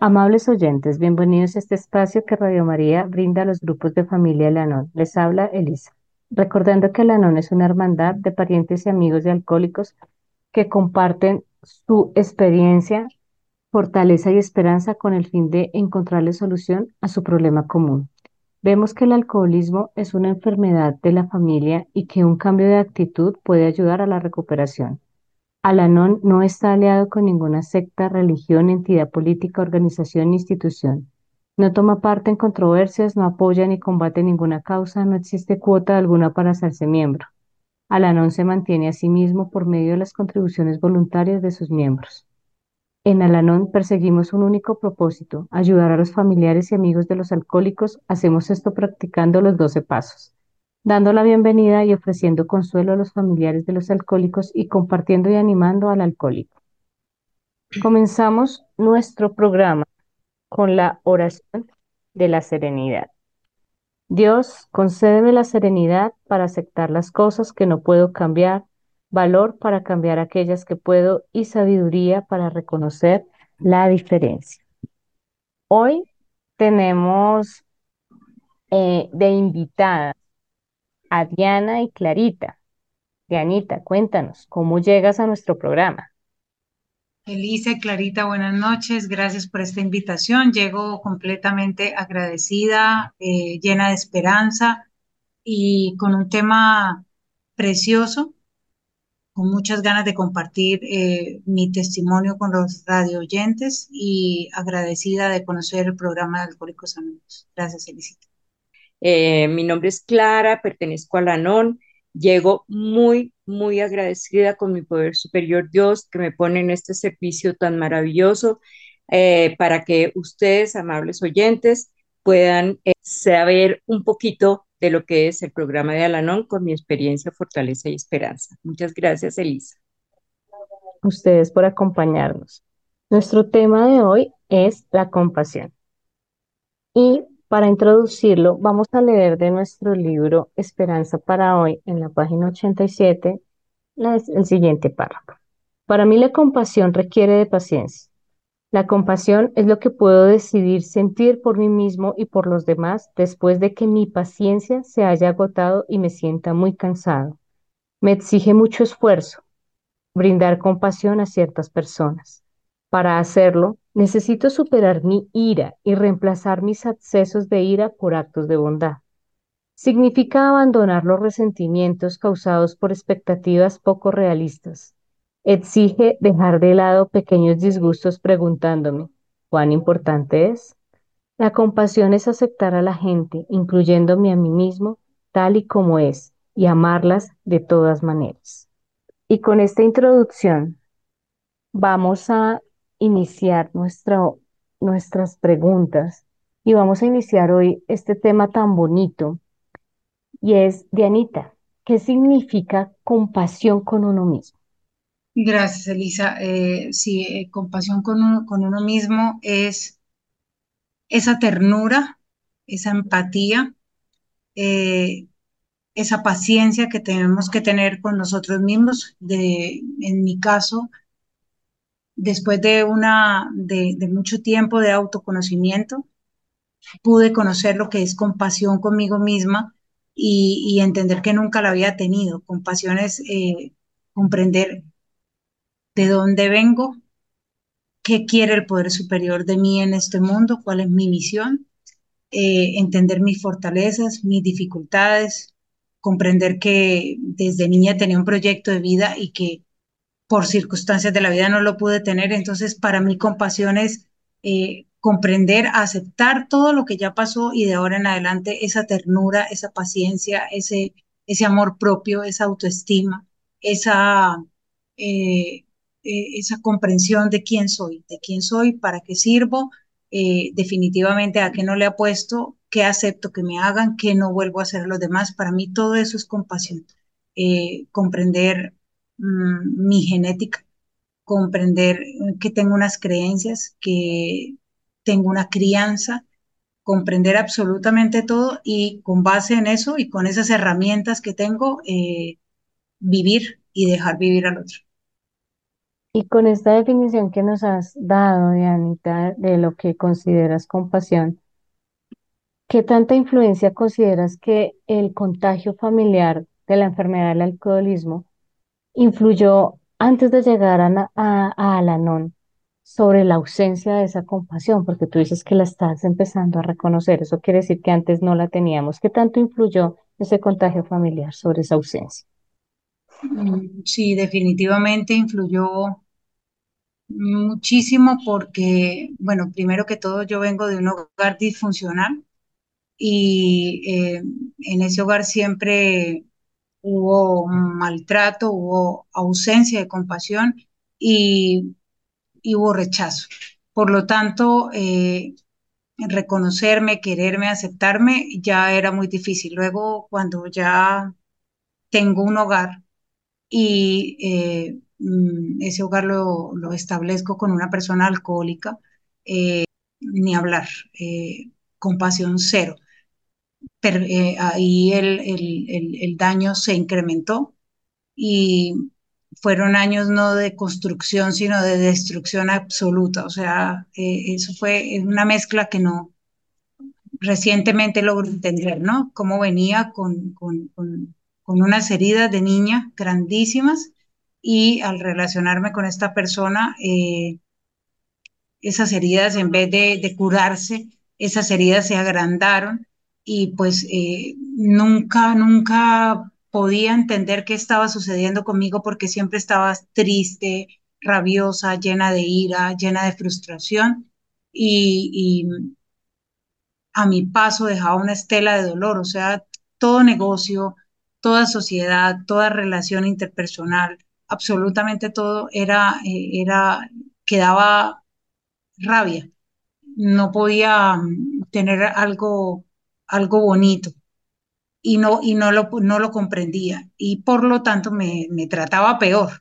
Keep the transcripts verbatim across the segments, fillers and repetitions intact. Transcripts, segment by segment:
Amables oyentes, bienvenidos a este espacio que Radio María brinda a los grupos de familia Lanón. Les habla Elisa, recordando que Lanón es una hermandad de parientes y amigos de alcohólicos que comparten su experiencia, fortaleza y esperanza con el fin de encontrarle solución a su problema común. Vemos que el alcoholismo es una enfermedad de la familia y que un cambio de actitud puede ayudar a la recuperación. Al-Anon no está aliado con ninguna secta, religión, entidad política, organización ni institución. No toma parte en controversias, no apoya ni combate ninguna causa, no existe cuota alguna para hacerse miembro. Al-Anon se mantiene a sí mismo por medio de las contribuciones voluntarias de sus miembros. En Al-Anon perseguimos un único propósito, ayudar a los familiares y amigos de los alcohólicos. Hacemos esto practicando los doce pasos, dando la bienvenida y ofreciendo consuelo a los familiares de los alcohólicos y compartiendo y animando al alcohólico. Comenzamos nuestro programa con la oración de la serenidad. Dios, concédeme la serenidad para aceptar las cosas que no puedo cambiar, valor para cambiar aquellas que puedo y sabiduría para reconocer la diferencia. Hoy tenemos eh, de invitada a Diana y Clarita. Dianita, cuéntanos, ¿cómo llegas a nuestro programa? Elisa y Clarita, buenas noches. Gracias por esta invitación. Llego completamente agradecida, eh, llena de esperanza y con un tema precioso, con muchas ganas de compartir eh, mi testimonio con los radio oyentes y agradecida de conocer el programa de Alcohólicos Anónimos. Gracias, Elisita. Eh, mi nombre es Clara, pertenezco a la ANON. Llego muy, muy agradecida con mi poder superior Dios que me pone en este servicio tan maravilloso eh, para que ustedes, amables oyentes, puedan eh, saber un poquito de lo que es el programa de Alanon con mi experiencia, fortaleza y esperanza. Muchas gracias, Elisa. Ustedes por acompañarnos. Nuestro tema de hoy es la compasión. Y para introducirlo, vamos a leer de nuestro libro Esperanza para hoy, en la página ochenta y siete, la- el siguiente párrafo. Para mí la compasión requiere de paciencia. La compasión es lo que puedo decidir sentir por mí mismo y por los demás después de que mi paciencia se haya agotado y me sienta muy cansado. Me exige mucho esfuerzo brindar compasión a ciertas personas. Para hacerlo, necesito superar mi ira y reemplazar mis accesos de ira por actos de bondad. Significa abandonar los resentimientos causados por expectativas poco realistas. Exige dejar de lado pequeños disgustos preguntándome, ¿cuán importante es? La compasión es aceptar a la gente, incluyéndome a mí mismo, tal y como es, y amarlas de todas maneras. Y con esta introducción vamos a iniciar nuestro- nuestras preguntas y vamos a iniciar hoy este tema tan bonito y es, Dianita, ¿qué significa compasión con uno mismo? Gracias, Elisa. Eh, sí, eh, compasión con uno, con uno mismo es esa ternura, esa empatía. eh, esa paciencia que tenemos que tener con nosotros mismos. De, en mi caso, después de, una, de, de mucho tiempo de autoconocimiento, pude conocer lo que es compasión conmigo misma y, y entender que nunca la había tenido. Compasión es eh, comprender de dónde vengo, qué quiere el poder superior de mí en este mundo, cuál es mi misión, eh, entender mis fortalezas, mis dificultades, comprender que desde niña tenía un proyecto de vida y que por circunstancias de la vida no lo pude tener. Entonces, para mí compasión es eh, comprender, aceptar todo lo que ya pasó y de ahora en adelante esa ternura, esa paciencia, ese, ese amor propio, esa autoestima, esa, eh, eh, esa comprensión de quién soy, de quién soy, para qué sirvo, eh, definitivamente a qué no le apuesto, qué acepto que me hagan, qué no vuelvo a hacer a los demás. Para mí todo eso es compasión. Eh, comprender mm, mi genética, comprender que tengo unas creencias, que tengo una crianza, comprender absolutamente todo y con base en eso y con esas herramientas que tengo, eh, vivir y dejar vivir al otro. Y con esta definición que nos has dado, Dianita, de lo que consideras compasión, ¿qué tanta influencia consideras que el contagio familiar de la enfermedad del alcoholismo influyó antes de llegar a, Na- a, a Al-Anon sobre la ausencia de esa compasión? Porque tú dices que la estás empezando a reconocer. Eso quiere decir que antes no la teníamos. ¿Qué tanto influyó ese contagio familiar sobre esa ausencia? Mm, Sí, definitivamente influyó muchísimo porque, bueno, primero que todo yo vengo de un hogar disfuncional y eh, en ese hogar siempre hubo maltrato, hubo ausencia de compasión y, y hubo rechazo. Por lo tanto, eh, reconocerme, quererme, aceptarme ya era muy difícil. Luego, cuando ya tengo un hogar y eh, mm, ese hogar lo, lo establezco con una persona alcohólica, ni hablar, eh, compasión cero. Pero, eh, ahí el, el, el, el daño se incrementó y fueron años no de construcción, sino de destrucción absoluta. O sea, eh, eso fue una mezcla que no recientemente logro entender, ¿no? Cómo venía con, con, con, con unas heridas de niña grandísimas y al relacionarme con esta persona, eh, esas heridas en vez de, de curarse, esas heridas se agrandaron y pues eh, nunca, nunca podía entender qué estaba sucediendo conmigo porque siempre estaba triste, rabiosa, llena de ira, llena de frustración y, y a mi paso dejaba una estela de dolor, o sea, todo negocio, toda sociedad, toda relación interpersonal, absolutamente todo era, eh, era, quedaba rabia, no podía mm, tener algo, algo bonito y no, y no lo, no lo comprendía y por lo tanto me, me trataba peor.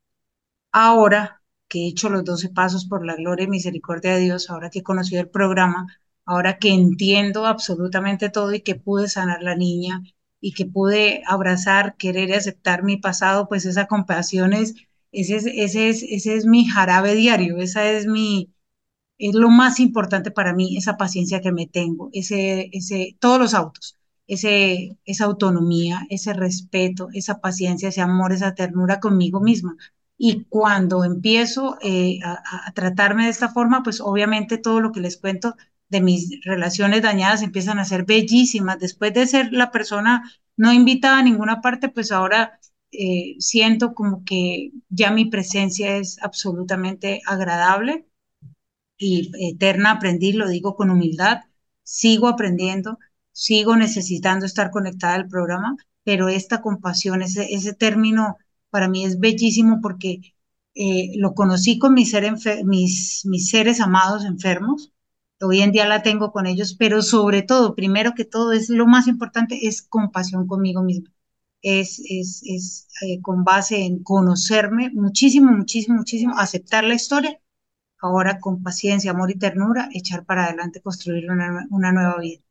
Ahora que he hecho los doce pasos por la gloria y misericordia de Dios, ahora que he conocido el programa, ahora que entiendo absolutamente todo y que pude sanar la niña y que pude abrazar, querer y aceptar mi pasado, pues esa compasión es, ese es, ese es, ese es mi jarabe diario, esa es mi, es lo más importante para mí, esa paciencia que me tengo, ese, ese, todos los autos, ese, esa autonomía, ese respeto, esa paciencia, ese amor, esa ternura conmigo misma. Y cuando empiezo eh, a, a tratarme de esta forma, pues obviamente todo lo que les cuento de mis relaciones dañadas empiezan a ser bellísimas. Después de ser la persona no invitada a ninguna parte, pues ahora eh, siento como que ya mi presencia es absolutamente agradable y eterna aprendiz, lo digo con humildad, sigo aprendiendo, sigo necesitando estar conectada al programa, pero esta compasión, ese, ese término para mí es bellísimo porque eh, lo conocí con mis, ser mis, mis seres amados enfermos, hoy en día la tengo con ellos, pero sobre todo, primero que todo, es lo más importante, es compasión conmigo misma. Es, es, es eh, con base en conocerme muchísimo, muchísimo, muchísimo, aceptar la historia. Ahora, con paciencia, amor y ternura, echar para adelante, construir una, una nueva vida.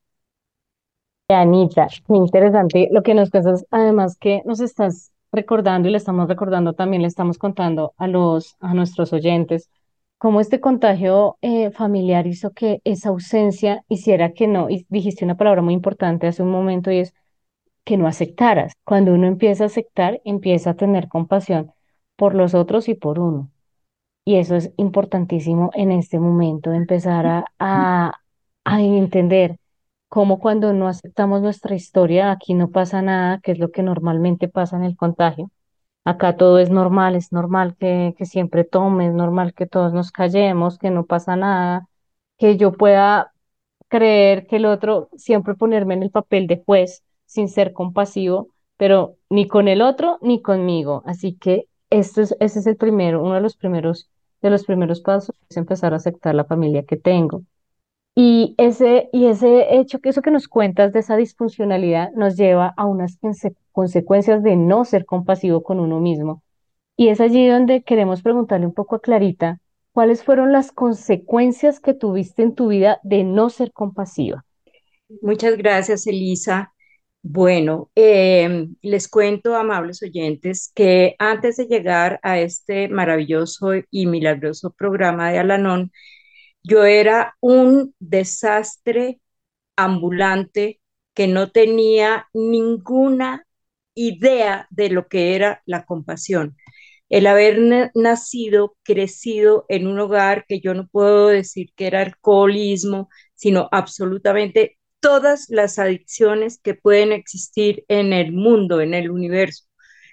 Anita, qué interesante lo que nos cuentas, además que nos estás recordando y le estamos recordando también, le estamos contando a los, a nuestros oyentes, cómo este contagio eh, familiar hizo que esa ausencia hiciera que no, y dijiste una palabra muy importante hace un momento y es que no aceptaras. Cuando uno empieza a aceptar, empieza a tener compasión por los otros y por uno. Y eso es importantísimo en este momento, empezar a, a, a entender cómo cuando no aceptamos nuestra historia, aquí no pasa nada, que es lo que normalmente pasa en el contagio. Acá todo es normal, es normal que, que siempre tome, es normal que todos nos callemos, que no pasa nada, que yo pueda creer que el otro, siempre ponerme en el papel de juez sin ser compasivo, pero ni con el otro ni conmigo. Así que esto es, ese es el primero, uno de los primeros, de los primeros pasos, es empezar a aceptar la familia que tengo. Y ese, y ese hecho, que eso que nos cuentas de esa disfuncionalidad nos lleva a unas conse- consecuencias de no ser compasivo con uno mismo. Y es allí donde queremos preguntarle un poco a Clarita, ¿cuáles fueron las consecuencias que tuviste en tu vida de no ser compasiva? Muchas gracias, Elisa. Bueno, eh, les cuento, amables oyentes, que antes de llegar a este maravilloso y milagroso programa de Alanón, yo era un desastre ambulante que no tenía ninguna idea de lo que era la compasión. El haber na- nacido, crecido en un hogar que yo no puedo decir que era alcoholismo, sino absolutamente todas las adicciones que pueden existir en el mundo, en el universo,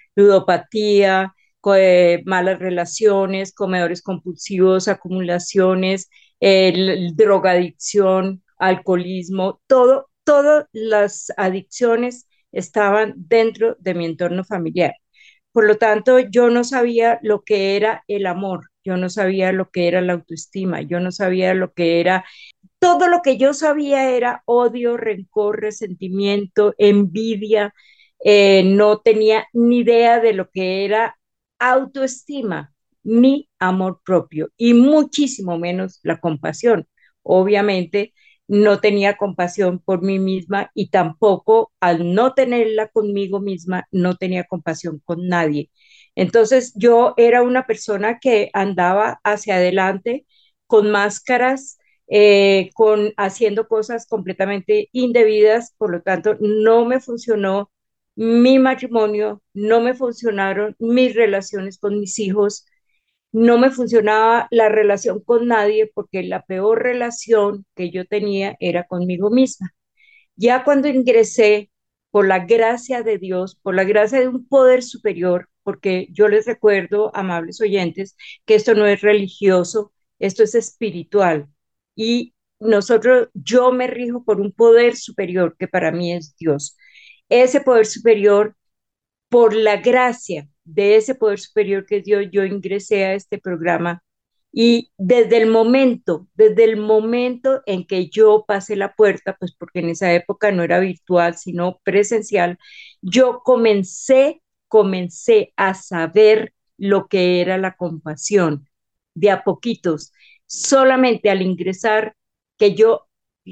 ludopatía, co- eh, malas relaciones, comedores compulsivos, acumulaciones, el- drogadicción, alcoholismo, todo, todas las adicciones estaban dentro de mi entorno familiar. Por lo tanto, yo no sabía lo que era el amor, yo no sabía lo que era la autoestima, yo no sabía lo que era, todo lo que yo sabía era odio, rencor, resentimiento, envidia. Eh, no tenía ni idea de lo que era autoestima ni amor propio y muchísimo menos la compasión. Obviamente no tenía compasión por mí misma y tampoco al no tenerla conmigo misma, no tenía compasión con nadie. Entonces yo era una persona que andaba hacia adelante con máscaras, eh, con haciendo cosas completamente indebidas, por lo tanto, no me funcionó mi matrimonio, no me funcionaron mis relaciones con mis hijos, no me funcionaba la relación con nadie porque la peor relación que yo tenía era conmigo misma. Ya cuando ingresé, por la gracia de Dios, por la gracia de un poder superior, porque yo les recuerdo, amables oyentes, que esto no es religioso, esto es espiritual. Y nosotros, yo me rijo por un poder superior que para mí es Dios. Ese poder superior, por la gracia de ese poder superior que Dios, yo ingresé a este programa y desde el momento, desde el momento en que yo pasé la puerta, pues porque en esa época no era virtual, sino presencial, yo comencé, comencé a saber lo que era la compasión de a poquitos, solamente al ingresar que yo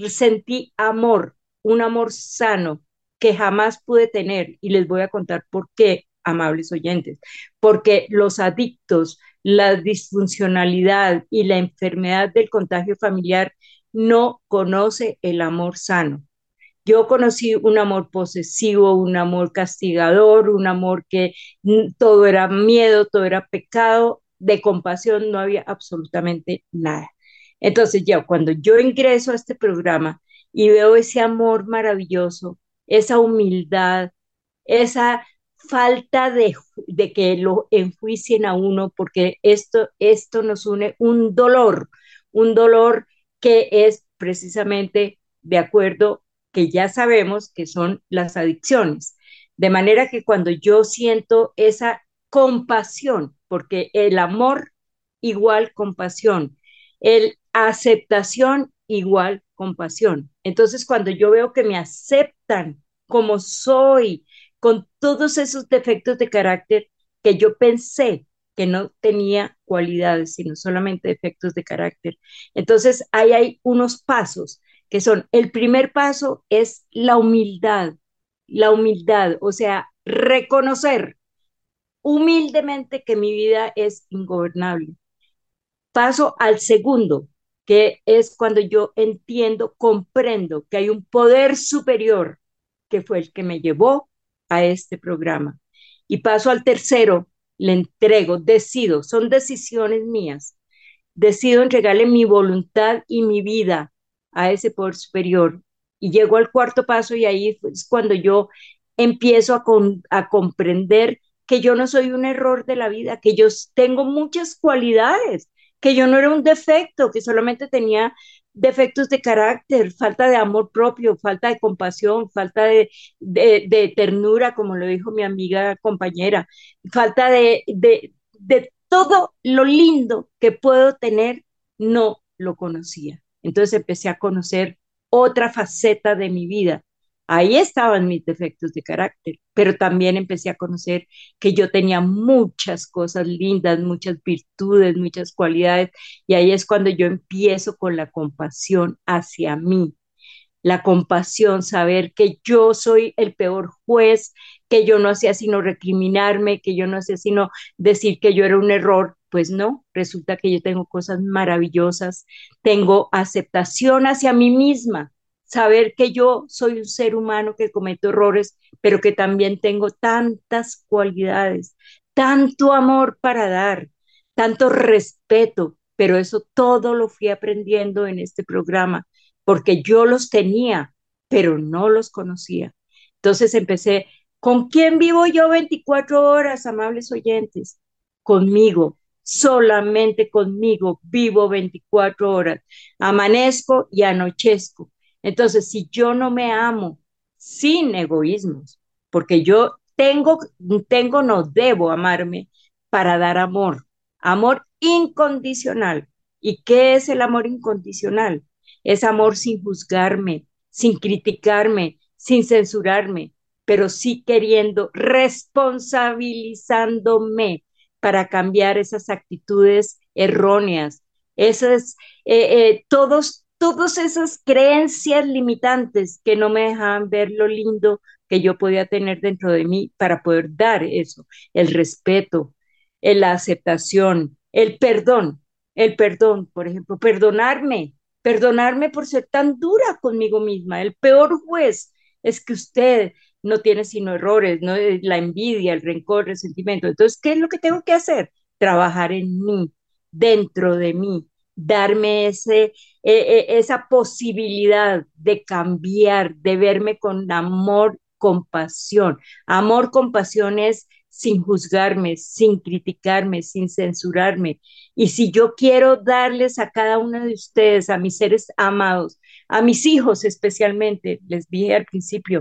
sentí amor, un amor sano, que jamás pude tener y les voy a contar por qué, amables oyentes, porque los adictos, la disfuncionalidad y la enfermedad del contagio familiar no conoce el amor sano. Yo conocí un amor posesivo, un amor castigador, un amor que mm, todo era miedo, todo era pecado, de compasión no había absolutamente nada. Entonces ya cuando yo ingreso a este programa y veo ese amor maravilloso, esa humildad, esa falta de, de que lo enjuicien a uno, porque esto, esto nos une un dolor, un dolor que es precisamente de acuerdo que ya sabemos que son las adicciones. De manera que cuando yo siento esa compasión, porque el amor igual compasión, el aceptación igual compasión. Entonces, cuando yo veo que me aceptan como soy, con todos esos defectos de carácter que yo pensé que no tenía cualidades, sino solamente defectos de carácter. Entonces, ahí hay unos pasos que son, el primer paso es la humildad, la humildad, o sea, reconocer humildemente que mi vida es ingobernable. Paso al segundo, que es cuando yo entiendo, comprendo que hay un poder superior que fue el que me llevó a este programa. Y paso al tercero, le entrego, decido, son decisiones mías, decido entregarle mi voluntad y mi vida a ese poder superior. Y llego al cuarto paso y ahí es cuando yo empiezo a, con, a comprender que yo no soy un error de la vida, que yo tengo muchas cualidades, que yo no era un defecto, que solamente tenía defectos de carácter, falta de amor propio, falta de compasión, falta de, de, de ternura, como lo dijo mi amiga compañera, falta de, de, de todo lo lindo que puedo tener, no lo conocía. Entonces empecé a conocer otra faceta de mi vida. Ahí estaban mis defectos de carácter, pero también empecé a conocer que yo tenía muchas cosas lindas, muchas virtudes, muchas cualidades, y ahí es cuando yo empiezo con la compasión hacia mí. la compasión, saber que yo soy el peor juez, que yo no hacía sino recriminarme, que yo no hacía sino decir que yo era un error. Pues no, resulta que yo tengo cosas maravillosas, tengo aceptación hacia mí misma, saber que yo soy un ser humano que cometo errores, pero que también tengo tantas cualidades, tanto amor para dar, tanto respeto, pero eso todo lo fui aprendiendo en este programa, porque yo los tenía, pero no los conocía. Entonces empecé, ¿con quién vivo yo veinticuatro horas, amables oyentes? Conmigo, solamente conmigo vivo veinticuatro horas. Amanezco y anochezco. Entonces, si yo no me amo sin egoísmos, porque yo tengo, tengo, no debo amarme para dar amor, amor incondicional. ¿Y qué es el amor incondicional? Es amor sin juzgarme, sin criticarme, sin censurarme, pero sí queriendo, responsabilizándome para cambiar esas actitudes erróneas, esas, eh, eh, todos, todas esas creencias limitantes que no me dejaban ver lo lindo que yo podía tener dentro de mí para poder dar eso, el respeto, eh, la aceptación, el perdón, el perdón, por ejemplo, perdonarme, perdonarme por ser tan dura conmigo misma. El peor juez es que usted no tiene sino errores, ¿no? La envidia, el rencor, el resentimiento. Entonces, ¿qué es lo que tengo que hacer? Trabajar en mí, dentro de mí, darme ese, eh, eh, esa posibilidad de cambiar, de verme con amor, compasión. Amor, compasión es sin juzgarme, sin criticarme, sin censurarme. Y si yo quiero darles a cada uno de ustedes, a mis seres amados, a mis hijos especialmente, les dije al principio,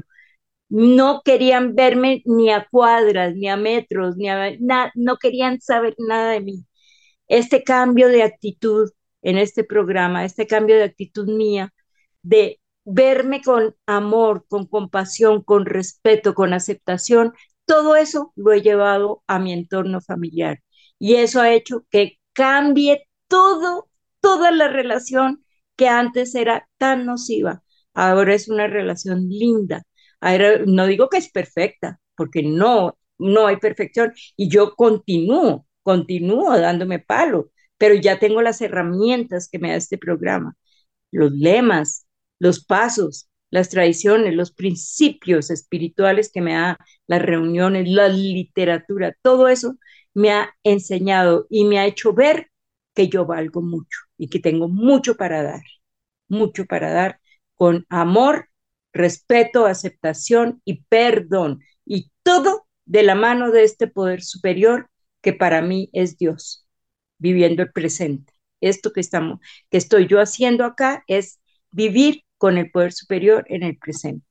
no querían verme ni a cuadras, ni a metros, ni a na, no querían saber nada de mí. Este cambio de actitud en este programa, este cambio de actitud mía, de verme con amor, con compasión, con respeto, con aceptación, todo eso lo he llevado a mi entorno familiar. Y eso ha hecho que cambie todo, toda la relación que antes era tan nociva. Ahora es una relación linda. Ahora, no digo que es perfecta, porque no, no hay perfección. Y yo continúo, continúo dándome palo, pero ya tengo las herramientas que me da este programa, los lemas, los pasos, las tradiciones, los principios espirituales que me da las reuniones, la literatura, todo eso me ha enseñado y me ha hecho ver que yo valgo mucho y que tengo mucho para dar, mucho para dar con amor, respeto, aceptación y perdón. Y todo de la mano de este poder superior que para mí es Dios, viviendo el presente. Esto que estamos, que estoy yo haciendo acá es vivir con el poder superior en el presente.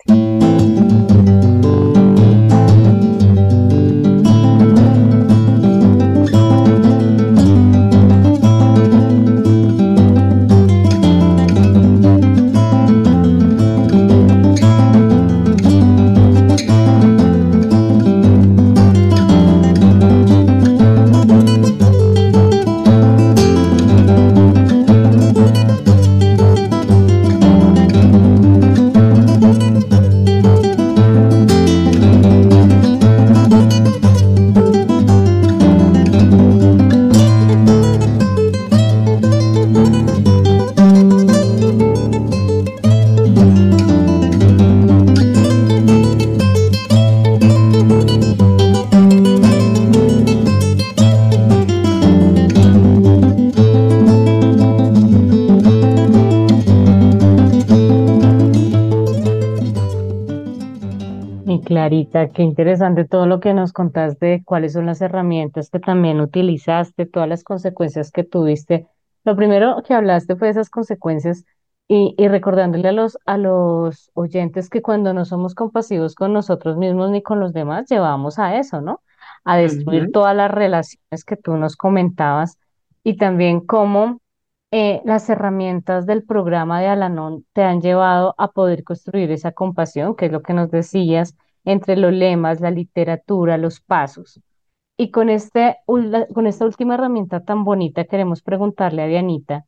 Y Clarita, qué interesante todo lo que nos contaste, de cuáles son las herramientas que también utilizaste, todas las consecuencias que tuviste. Lo primero que hablaste fue de esas consecuencias y, y recordándole a los, a los oyentes que cuando no somos compasivos con nosotros mismos ni con los demás, llevamos a eso, ¿no? A Uh destruir -huh. todas las relaciones que tú nos comentabas y también cómo eh, las herramientas del programa de Alanón te han llevado a poder construir esa compasión, que es lo que nos decías, entre los lemas, la literatura, los pasos. Y con, este, ul- con esta última herramienta tan bonita queremos preguntarle a Dianita,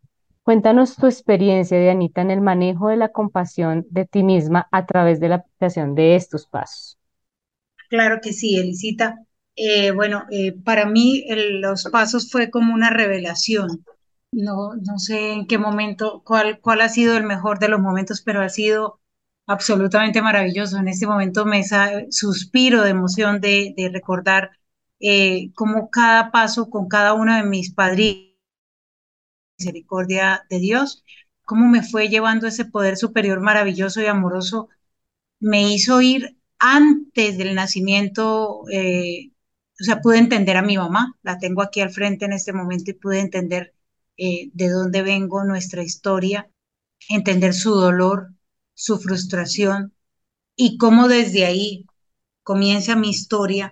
Cuéntanos tu experiencia, Dianita, en el manejo de la compasión de ti misma a través de la aplicación de estos pasos. Claro que sí, Elisita. Eh, bueno, eh, para mí el- los pasos fue como una revelación. No, no sé en qué momento, cuál, cuál ha sido el mejor de los momentos, pero ha sido absolutamente maravilloso. En este momento me sa- suspiro de emoción de, de recordar eh, cómo cada paso con cada uno de mis padrinos, misericordia de Dios, cómo me fue llevando ese poder superior maravilloso y amoroso, me hizo ir antes del nacimiento, eh, o sea, pude entender a mi mamá, la tengo aquí al frente en este momento y pude entender eh, de dónde vengo, nuestra historia, entender su dolor, su frustración y cómo desde ahí comienza mi historia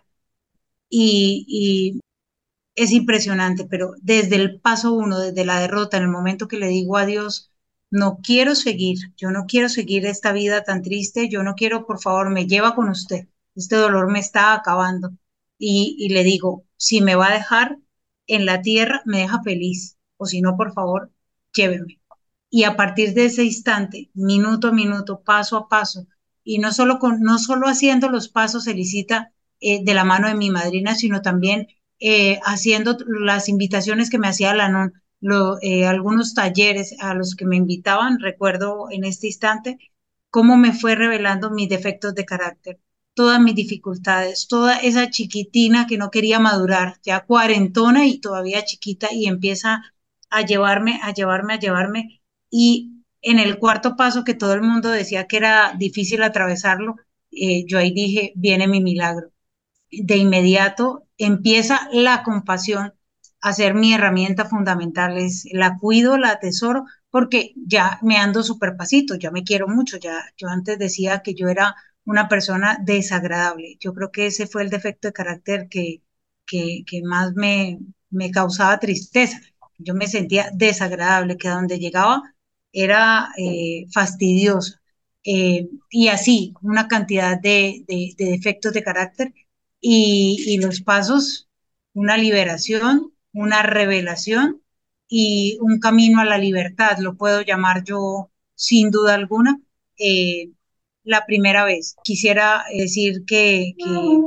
y, es impresionante, pero desde el paso uno, desde la derrota, en el momento que le digo a Dios, no quiero seguir, yo no quiero seguir esta vida tan triste, yo no quiero, por favor, me lleva con usted, este dolor me está acabando. Y, y le digo, si me va a dejar en la tierra, me deja feliz, o si no, por favor, lléveme. Y a partir de ese instante, minuto a minuto, paso a paso, y no solo, con, no solo haciendo los pasos, Elisita, eh, de la mano de mi madrina, sino también eh, haciendo las invitaciones que me hacía la non, lo, eh, algunos talleres a los que me invitaban, recuerdo en este instante cómo me fue revelando mis defectos de carácter, todas mis dificultades, toda esa chiquitina que no quería madurar, ya cuarentona y todavía chiquita y empieza a llevarme, a llevarme, a llevarme y en el cuarto paso que todo el mundo decía que era difícil atravesarlo, eh, yo ahí dije, viene mi milagro de inmediato empieza la compasión a ser mi herramienta fundamental. Es, la cuido, la atesoro, porque ya me ando súper pasito, ya me quiero mucho. Ya, yo antes decía que yo era una persona desagradable. Yo creo que ese fue el defecto de carácter que, que, que más me, me causaba tristeza. Yo me sentía desagradable, que a donde llegaba era eh, fastidiosa. Eh, y así, una cantidad de, de, de defectos de carácter y, y los pasos, una liberación, una revelación y un camino a la libertad, lo puedo llamar yo sin duda alguna. Eh, la primera vez, quisiera decir que, que,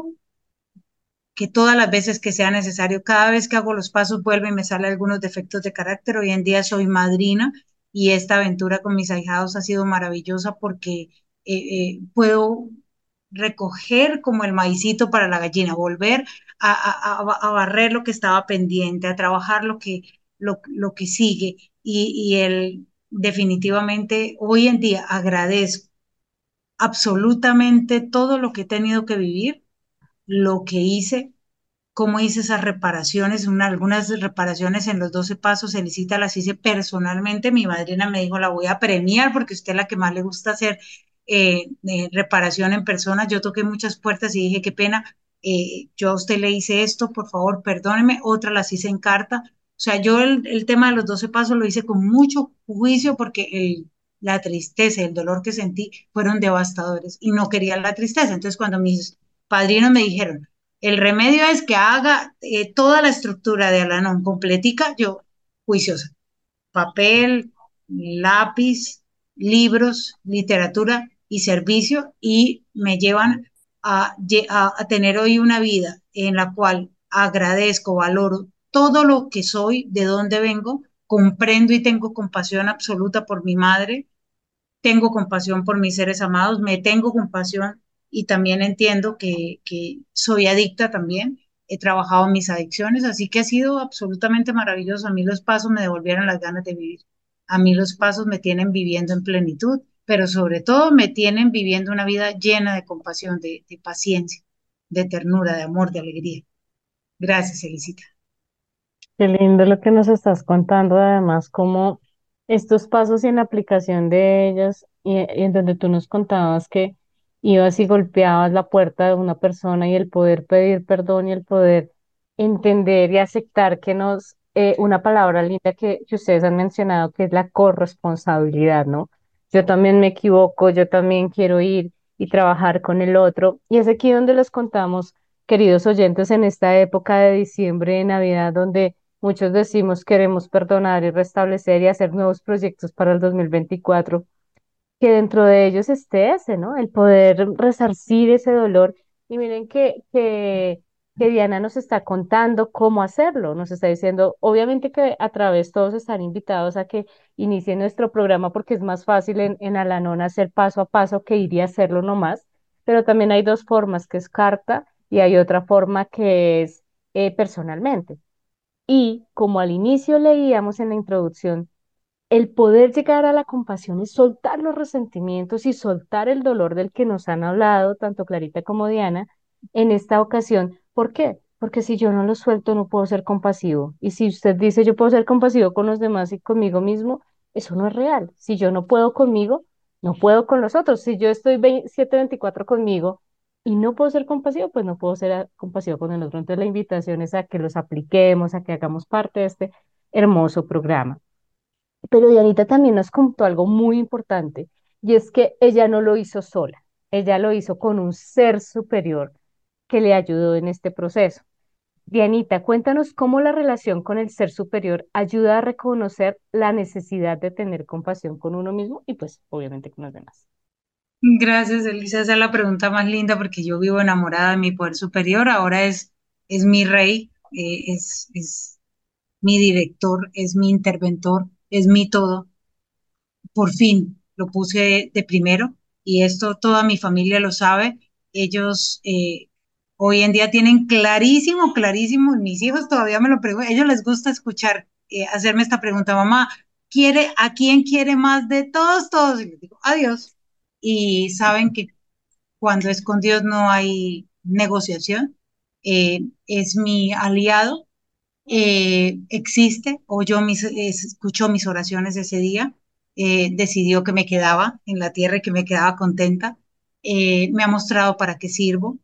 que todas las veces que sea necesario, cada vez que hago los pasos vuelve y me sale algunos defectos de carácter. Hoy en día soy madrina y esta aventura con mis ahijados ha sido maravillosa porque eh, eh, puedo recoger como el maicito para la gallina, volver a, a, a, a barrer lo que estaba pendiente, a trabajar lo que, lo, lo que sigue. Y, y el, definitivamente hoy en día agradezco absolutamente todo lo que he tenido que vivir, lo que hice, cómo hice esas reparaciones, una, algunas reparaciones en los doce pasos, Elisita las hice personalmente, mi madrina me dijo, la voy a premiar porque usted es la que más le gusta hacer eh, eh, reparación en persona, yo toqué muchas puertas y dije, qué pena, eh, yo a usted le hice esto, por favor, perdóneme, otras las hice en carta, o sea, yo el, el tema de los doce pasos lo hice con mucho juicio porque el, la tristeza, el dolor que sentí fueron devastadores y no quería la tristeza, entonces cuando mis padrinos me dijeron, el remedio es que haga eh, toda la estructura de Alanon completica, yo juiciosa. Papel, lápiz, libros, literatura y servicio y me llevan a, a, a tener hoy una vida en la cual agradezco, valoro todo lo que soy, de dónde vengo, comprendo y tengo compasión absoluta por mi madre, tengo compasión por mis seres amados, me tengo compasión y también entiendo que, que soy adicta también. He trabajado en mis adicciones, así que ha sido absolutamente maravilloso. A mí los pasos me devolvieron las ganas de vivir. A mí los pasos me tienen viviendo en plenitud, pero sobre todo me tienen viviendo una vida llena de compasión, de, de paciencia, de ternura, de amor, de alegría. Gracias, Elisita. Qué lindo lo que nos estás contando, además, como estos pasos en la aplicación de ellas y, y en donde tú nos contabas que ibas y golpeabas la puerta de una persona y el poder pedir perdón y el poder entender y aceptar que nos, eh, una palabra linda que, que ustedes han mencionado, que es la corresponsabilidad, ¿no? Yo también me equivoco, yo también quiero ir y trabajar con el otro. Y es aquí donde les contamos, queridos oyentes, en esta época de diciembre, de Navidad, donde muchos decimos queremos perdonar y restablecer y hacer nuevos proyectos para el dos mil veinticuatro, que dentro de ellos esté ese, ¿no? El poder resarcir ese dolor. Y miren que, que, que Diana nos está contando cómo hacerlo, nos está diciendo, obviamente que a través todos están invitados a que inicien nuestro programa porque es más fácil en, en Alanón hacer paso a paso que ir y hacerlo nomás, pero también hay dos formas, que es carta y hay otra forma que es eh, personalmente. Y como al inicio leíamos en la introducción, el poder llegar a la compasión es soltar los resentimientos y soltar el dolor del que nos han hablado tanto Clarita como Diana en esta ocasión. ¿Por qué? Porque si yo no lo suelto, no puedo ser compasivo. Y si usted dice yo puedo ser compasivo con los demás y conmigo mismo, eso no es real. Si yo no puedo conmigo, no puedo con los otros. Si yo estoy siete veinticuatro conmigo y no puedo ser compasivo, pues no puedo ser ah, compasivo con el otro. Entonces la invitación es a que los apliquemos, a que hagamos parte de este hermoso programa. Pero Dianita también nos contó algo muy importante y es que ella no lo hizo sola, ella lo hizo con un ser superior que le ayudó en este proceso. Dianita, cuéntanos cómo la relación con el ser superior ayuda a reconocer la necesidad de tener compasión con uno mismo y pues obviamente con los demás. Gracias, Elisa. Esa es la pregunta más linda porque yo vivo enamorada de mi poder superior. Ahora es, es mi rey, eh, es, es mi director, es mi interventor, es mi todo. Por fin lo puse de primero y esto toda mi familia lo sabe. Ellos eh, hoy en día tienen clarísimo, clarísimo, y mis hijos todavía me lo preguntan, a ellos les gusta escuchar, eh, hacerme esta pregunta, mamá, ¿quiere, a quién quiere más de todos, todos? Y les digo, adiós. Y saben que cuando es con Dios no hay negociación. Eh, es mi aliado, eh, existe, oyó mis, eh, escuchó mis oraciones ese día, eh, decidió que me quedaba en la tierra y que me quedaba contenta, eh, me ha mostrado para qué sirvo.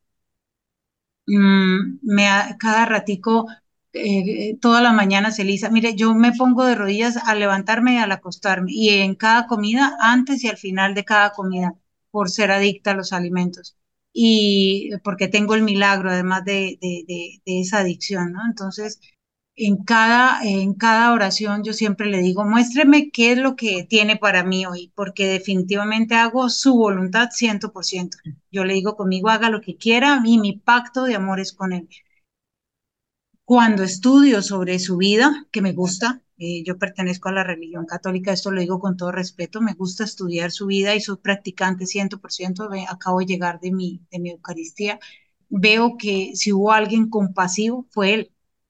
Mm, me ha- cada ratico, eh, todas las mañanas, Elisa, mire, yo me pongo de rodillas al levantarme y al acostarme, y en cada comida, antes y al final de cada comida, por ser adicta a los alimentos, y porque tengo el milagro, además de, de, de, de esa adicción, ¿no? Entonces, en cada, en cada oración yo siempre le digo, muéstreme qué es lo que tiene para mí hoy, porque definitivamente hago su voluntad cien por ciento. Yo le digo conmigo, haga lo que quiera y mi pacto de amor es con él. Cuando estudio sobre su vida, que me gusta, eh, yo pertenezco a la religión católica, esto lo digo con todo respeto, me gusta estudiar su vida y soy practicante cien por ciento, ve, acabo de llegar de mi, de mi Eucaristía, veo que si hubo alguien compasivo, fue él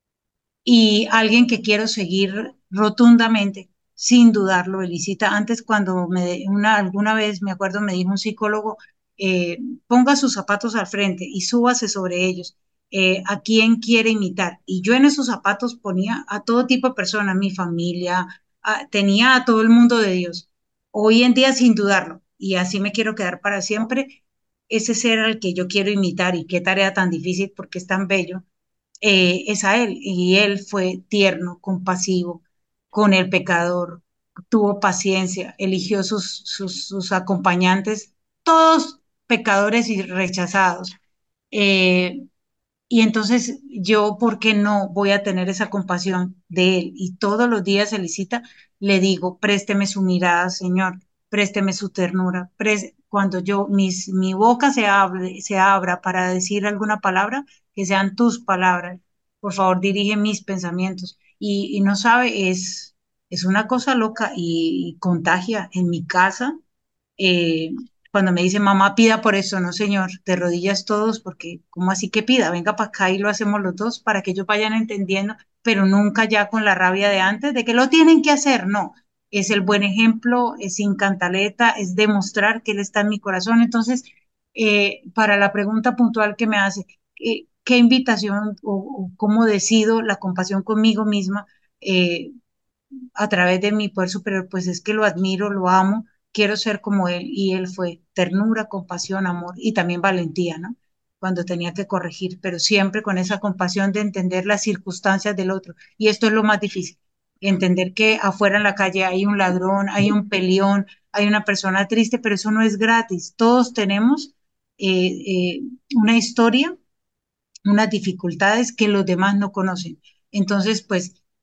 y alguien que quiero seguir rotundamente, sin dudarlo, Elisita. Antes, cuando me, una, alguna vez, me acuerdo, me dijo un psicólogo, eh, ponga sus zapatos al frente y súbase sobre ellos. Eh, ¿a quién quiere imitar? Y yo en esos zapatos ponía a todo tipo de personas, mi familia, a- tenía a todo el mundo de Dios. Hoy en día, sin dudarlo, y así me quiero quedar para siempre, ese ser al que yo quiero imitar y qué tarea tan difícil porque es tan bello, eh, es a él. Y él fue tierno, compasivo con el pecador, tuvo paciencia, eligió sus, sus, sus acompañantes, todos pecadores y rechazados. Eh, y entonces yo, ¿por qué no voy a tener esa compasión de él? Y todos los días, Elisita, le digo, présteme su mirada, Señor, présteme su ternura. Prés- Cuando yo, mis, mi boca se abre, se abra para decir alguna palabra, que sean tus palabras. Por favor, dirige mis pensamientos. Y, y no sabe, es, es una cosa loca y, y contagia en mi casa, eh, cuando me dice, mamá, pida por eso, no, señor, de rodillas todos, porque ¿cómo así que pida? Venga para acá y lo hacemos los dos para que ellos vayan entendiendo, pero nunca ya con la rabia de antes, de que lo tienen que hacer, no. Es el buen ejemplo, es sin cantaleta, es demostrar que Él está en mi corazón. Entonces, eh, para la pregunta puntual que me hace, eh, ¿qué invitación o, o cómo decido la compasión conmigo misma? Eh, a través de mi poder superior, pues es que lo admiro, lo amo, quiero ser como él y él fue ternura, compasión, amor y también valentía, ¿no? Cuando tenía que corregir, pero siempre con esa compasión de entender las circunstancias del otro. Y esto es lo más difícil, entender que afuera en la calle hay un ladrón, hay un peleón, hay una persona triste, pero eso no es gratis. Todos tenemos eh, eh, una historia, unas dificultades que los demás no conocen. Entonces, pues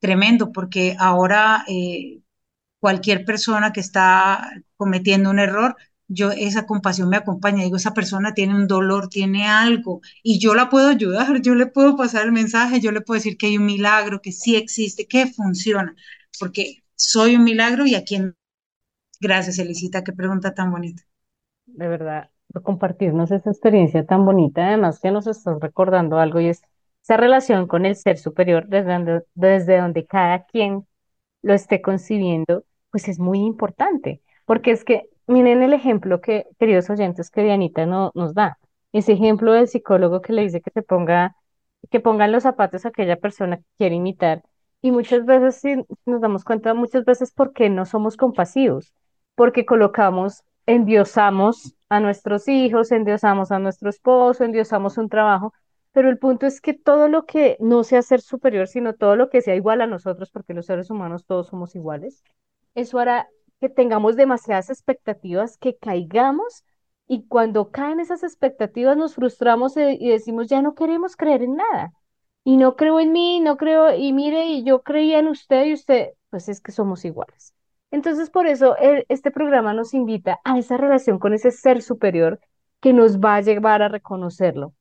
tremendo, porque ahora eh, cualquier persona que está cometiendo un error, yo esa compasión me acompaña, digo, esa persona tiene un dolor, tiene algo, y yo la puedo ayudar, yo le puedo pasar el mensaje, yo le puedo decir que hay un milagro, que sí existe, que funciona, porque soy un milagro y a quien, gracias, Elisita, qué pregunta tan bonita. De verdad, por compartirnos esta experiencia tan bonita, además que nos estás recordando algo y es esa relación con el ser superior, desde donde, desde donde cada quien lo esté concibiendo, pues es muy importante, porque es que, miren el ejemplo que, queridos oyentes, que Dianita no, nos da, ese ejemplo del psicólogo que le dice que se ponga, que pongan los zapatos a aquella persona que quiere imitar, y muchas veces, si nos damos cuenta, muchas veces porque no somos compasivos, porque colocamos, endiosamos a nuestros hijos, endiosamos a nuestro esposo, endiosamos un trabajo, pero el punto es que todo lo que no sea ser superior, sino todo lo que sea igual a nosotros, porque los seres humanos todos somos iguales, eso hará que tengamos demasiadas expectativas, que caigamos y cuando caen esas expectativas nos frustramos e- y decimos, ya no queremos creer en nada. Y no creo en mí, no creo, y mire, y yo creía en usted y usted, pues es que somos iguales. Entonces, por eso el- este programa nos invita a esa relación con ese ser superior que nos va a llevar a reconocerlo.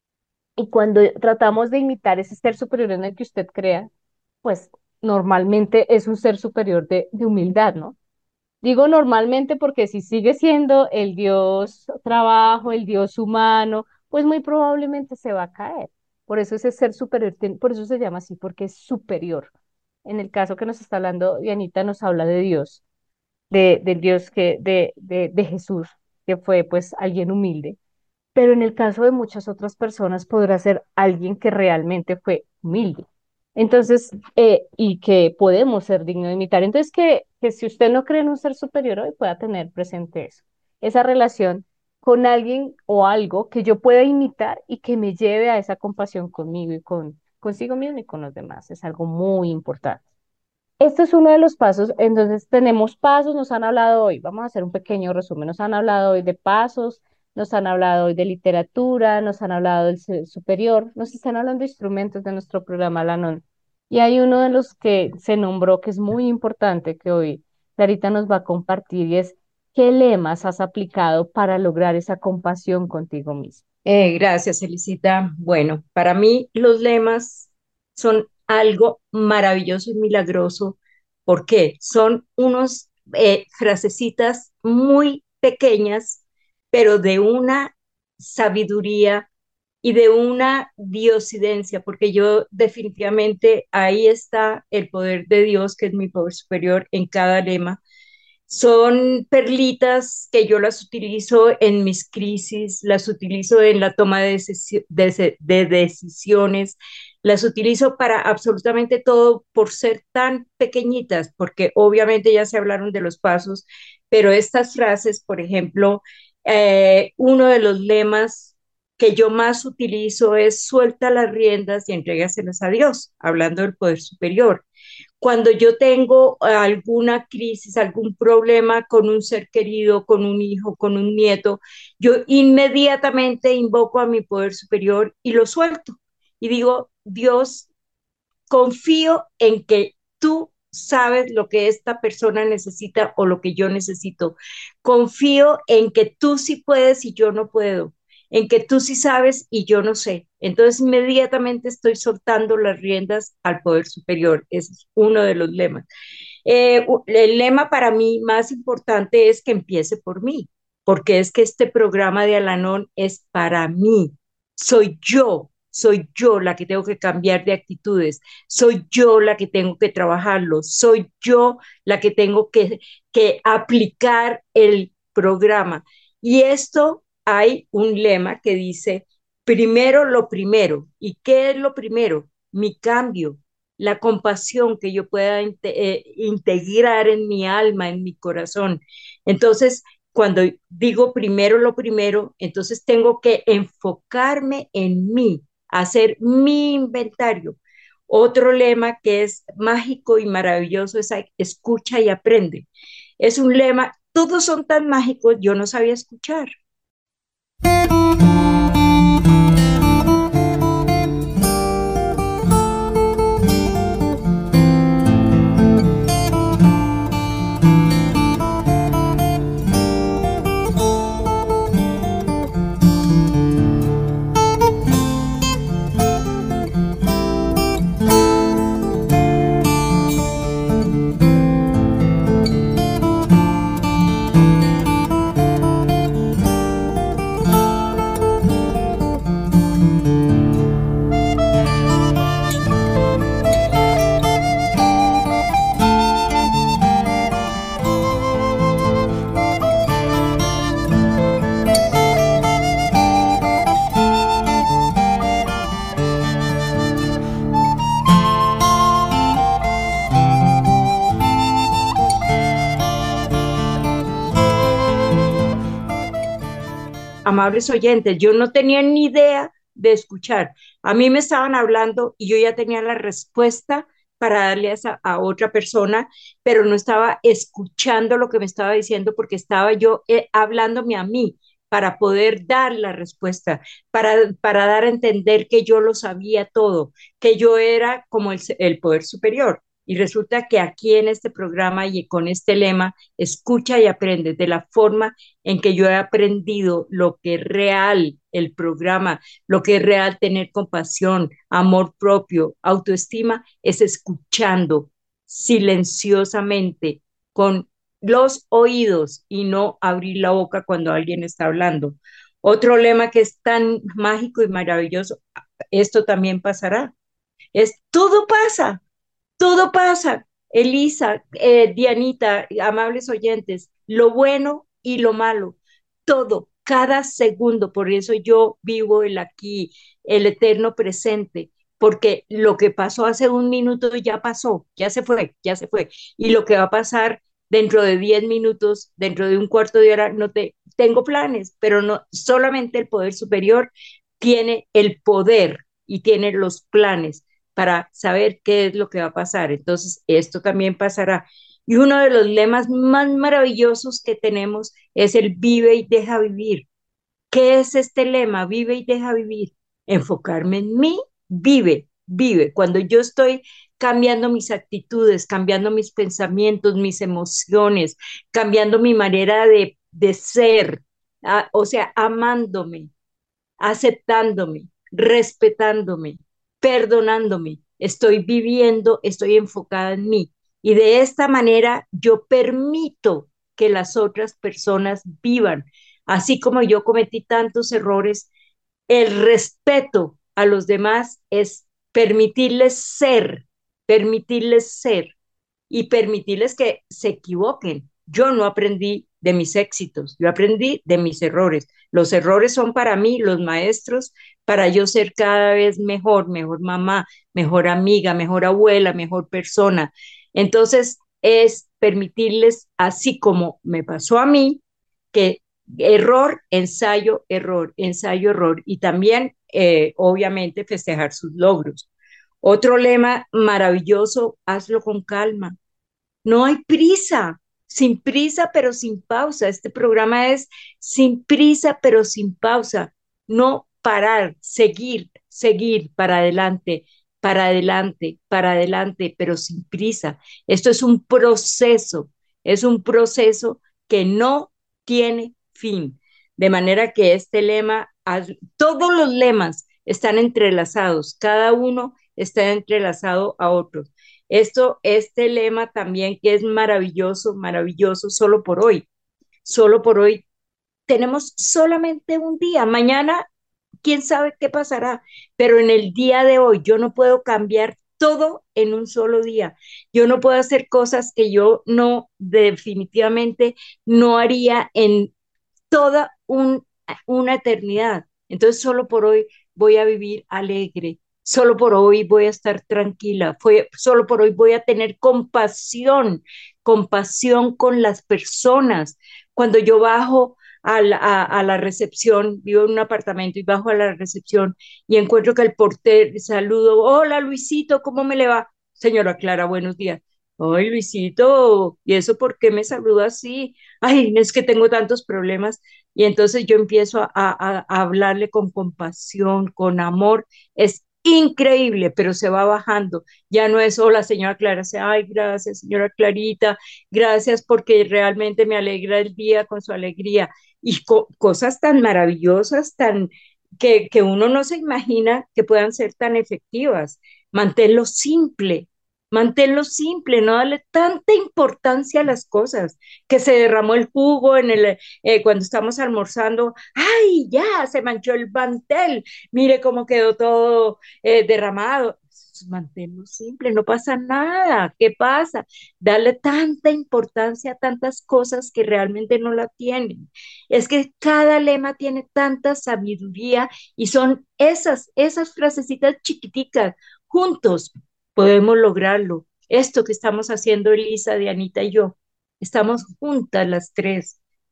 Y cuando tratamos de imitar ese ser superior en el que usted crea, pues normalmente es un ser superior de, de humildad, ¿no? Digo normalmente porque si sigue siendo el Dios trabajo, el Dios humano, pues muy probablemente se va a caer. Por eso ese ser superior, tien- por eso se llama así, porque es superior. En el caso que nos está hablando Dianita, nos habla de Dios, de, del Dios que, de, de, de Jesús, que fue pues alguien humilde, pero en el caso de muchas otras personas podrá ser alguien que realmente fue humilde. Entonces, eh, y que podemos ser dignos de imitar. Entonces, que, que si usted no cree en un ser superior hoy, pueda tener presente eso, esa relación con alguien o algo que yo pueda imitar y que me lleve a esa compasión conmigo y con consigo mismo y con los demás. Es algo muy importante. Este es uno de los pasos, entonces tenemos pasos, nos han hablado hoy, vamos a hacer un pequeño resumen, nos han hablado hoy de pasos, nos han hablado hoy de literatura, nos han hablado del ser superior, nos están hablando de instrumentos de nuestro programa Lanon. Y hay uno de los que se nombró que es muy importante que hoy Clarita nos va a compartir y es ¿qué lemas has aplicado para lograr esa compasión contigo mismo? Eh, gracias, Elisita. Bueno, para mí los lemas son algo maravilloso y milagroso. ¿Por qué? Son unos eh, frasecitas muy pequeñas, pero de una sabiduría y de una diosidencia, porque yo definitivamente ahí está el poder de Dios, que es mi poder superior en cada lema. Son perlitas que yo las utilizo en mis crisis, las utilizo en la toma de, decisi- de, de decisiones, las utilizo para absolutamente todo por ser tan pequeñitas, porque obviamente ya se hablaron de los pasos, pero estas frases, por ejemplo, eh, uno de los lemas que yo más utilizo es suelta las riendas y entrégaselas a Dios, hablando del poder superior. Cuando yo tengo alguna crisis, algún problema con un ser querido, con un hijo, con un nieto, yo inmediatamente invoco a mi poder superior y lo suelto. Y digo, Dios, confío en que tú sabes lo que esta persona necesita o lo que yo necesito. Confío en que tú sí puedes y yo no puedo, en que tú sí sabes y yo no sé. Entonces inmediatamente estoy soltando las riendas al poder superior. Ese es uno de los lemas. Eh, el lema para mí más importante es que empiece por mí, porque es que este programa de Alanón es para mí. Soy yo, soy yo la que tengo que cambiar de actitudes, soy yo la que tengo que trabajarlo, soy yo la que tengo que, que aplicar el programa. Y esto hay un lema que dice, primero lo primero. ¿Y qué es lo primero? Mi cambio, la compasión que yo pueda eh, integrar en mi alma, en mi corazón. Entonces, cuando digo primero lo primero, entonces tengo que enfocarme en mí, hacer mi inventario. Otro lema que es mágico y maravilloso es escucha y aprende. Es un lema, todos son tan mágicos, yo no sabía escuchar. amables oyentes, yo no tenía ni idea de escuchar. A mí me estaban hablando y yo ya tenía la respuesta para darle a, esa, a otra persona, pero no estaba escuchando lo que me estaba diciendo porque estaba yo eh, hablándome a mí para poder dar la respuesta, para, para dar a entender que yo lo sabía todo, que yo era como el, el poder superior. Y resulta que aquí en este programa y con este lema, escucha y aprende de la forma en que yo he aprendido lo que es real el programa, lo que es real tener compasión, amor propio, autoestima, es escuchando silenciosamente con los oídos y no abrir la boca cuando alguien está hablando. Otro lema que es tan mágico y maravilloso, esto también pasará, es todo pasa, todo pasa. Elisa, eh, Dianita, amables oyentes, lo bueno y lo malo, todo, cada segundo. Por eso yo vivo el aquí, el eterno presente, porque lo que pasó hace un minuto ya pasó, ya se fue, ya se fue. Y lo que va a pasar dentro de diez minutos, dentro de un cuarto de hora, no te, tengo planes, pero no, solamente el poder superior tiene el poder y tiene los planes para saber qué es lo que va a pasar. Entonces, esto también pasará. Y uno de los lemas más maravillosos que tenemos es el vive y deja vivir. ¿Qué es este lema? Vive y deja vivir. Enfocarme en mí, vive, vive. Cuando yo estoy cambiando mis actitudes, cambiando mis pensamientos, mis emociones, cambiando mi manera de, de ser, ah, o sea, amándome, aceptándome, respetándome, perdonándome. Estoy viviendo, estoy enfocada en mí. Y de esta manera yo permito que las otras personas vivan. Así como yo cometí tantos errores, el respeto a los demás es permitirles ser, permitirles ser y permitirles que se equivoquen. Yo no aprendí de mis éxitos, yo aprendí de mis errores. Los errores son para mí los maestros para yo ser cada vez mejor, mejor mamá, mejor amiga, mejor abuela, mejor persona. Entonces es permitirles, así como me pasó a mí, que error, ensayo, error, ensayo, error, y también, eh, obviamente, festejar sus logros. Otro lema maravilloso, hazlo con calma. No hay prisa, sin prisa pero sin pausa. Este programa es sin prisa pero sin pausa. No parar, seguir, seguir para adelante, para adelante, para adelante, pero sin prisa. Esto es un proceso, es un proceso que no tiene fin. De manera que este lema, todos los lemas están entrelazados, cada uno está entrelazado a otro. Esto, este lema también que es maravilloso, maravilloso, solo por hoy, solo por hoy. Tenemos solamente un día. Mañana, quién sabe qué pasará, pero en el día de hoy yo no puedo cambiar todo en un solo día. Yo no puedo hacer cosas que yo no, definitivamente, no haría en toda un, una eternidad. Entonces, solo por hoy voy a vivir alegre, solo por hoy voy a estar tranquila, fue, solo por hoy voy a tener compasión, compasión con las personas. Cuando yo bajo a la, a, a la recepción, vivo en un apartamento y bajo a la recepción y encuentro que el portero, saludo, hola Luisito, ¿cómo me le va? Señora Clara, buenos días. Ay, Luisito, ¿y eso por qué me saluda así? Ay, es que tengo tantos problemas. Y entonces yo empiezo a, a, a hablarle con compasión, con amor. Es increíble, pero se va bajando. Ya no es, hola, señora Clara, se, ay, gracias, señora Clarita, gracias porque realmente me alegra el día con su alegría. Y co cosas tan maravillosas, tan que, que uno no se imagina que puedan ser tan efectivas. Manténlo simple, manténlo simple, no darle tanta importancia a las cosas, que se derramó el jugo en el, eh, cuando estamos almorzando, ¡ay, ya! Se manchó el mantel, mire cómo quedó todo eh, derramado. Manténlo simple, no pasa nada. ¿Qué pasa? Darle tanta importancia a tantas cosas que realmente no la tienen. Es que cada lema tiene tanta sabiduría y son esas, esas frasecitas chiquiticas juntos podemos lograrlo. Esto que estamos haciendo Elisa, Dianita y yo, estamos juntas las tres.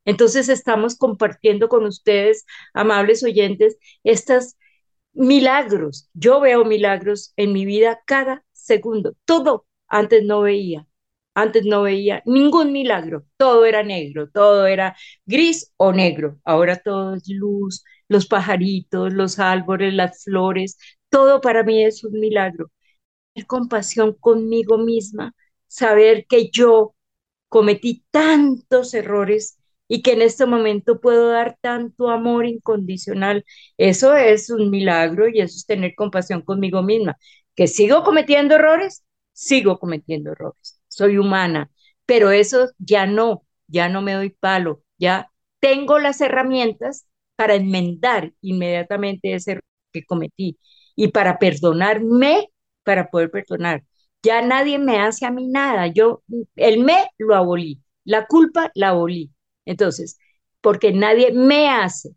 Entonces estamos compartiendo con ustedes, amables oyentes, estos milagros. Yo veo milagros en mi vida cada segundo. Todo antes no veía. Antes no veía ningún milagro. Todo era negro, todo era gris o negro. Ahora todo es luz, los pajaritos, los árboles, las flores. Todo para mí es un milagro. Tener compasión conmigo misma, saber que yo cometí tantos errores y que en este momento puedo dar tanto amor incondicional. Eso es un milagro y eso es tener compasión conmigo misma. Que sigo cometiendo errores, sigo cometiendo errores. Soy humana, pero eso ya no, ya no me doy palo, ya tengo las herramientas para enmendar inmediatamente ese error que cometí y para perdonarme, para poder perdonar. Ya nadie me hace a mí nada. Yo, el me lo abolí, la culpa la abolí. Entonces, porque nadie me hace,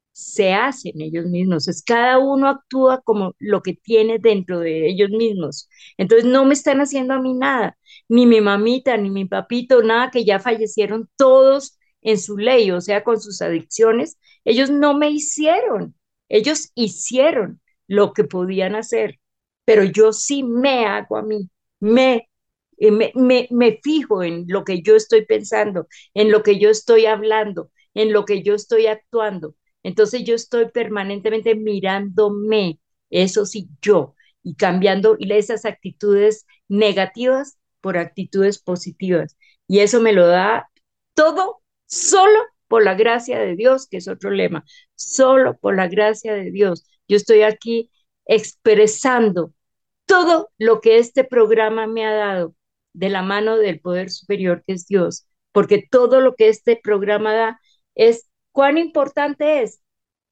se hacen ellos mismos. Es cada uno actúa como lo que tiene dentro de ellos mismos. Entonces, no me están haciendo a mí nada, ni mi mamita, ni mi papito, nada, que ya fallecieron todos en su ley, o sea, con sus adicciones. Ellos no me hicieron, ellos hicieron lo que podían hacer, pero yo sí me hago a mí, me, eh, me, me, me fijo en lo que yo estoy pensando, en lo que yo estoy hablando, en lo que yo estoy actuando. Entonces yo estoy permanentemente mirándome, eso sí, yo, y cambiando esas actitudes negativas por actitudes positivas. Y eso me lo da todo solo por la gracia de Dios, que es otro lema, solo por la gracia de Dios. Yo estoy aquí expresando todo lo que este programa me ha dado de la mano del poder superior que es Dios, porque todo lo que este programa da es cuán importante es,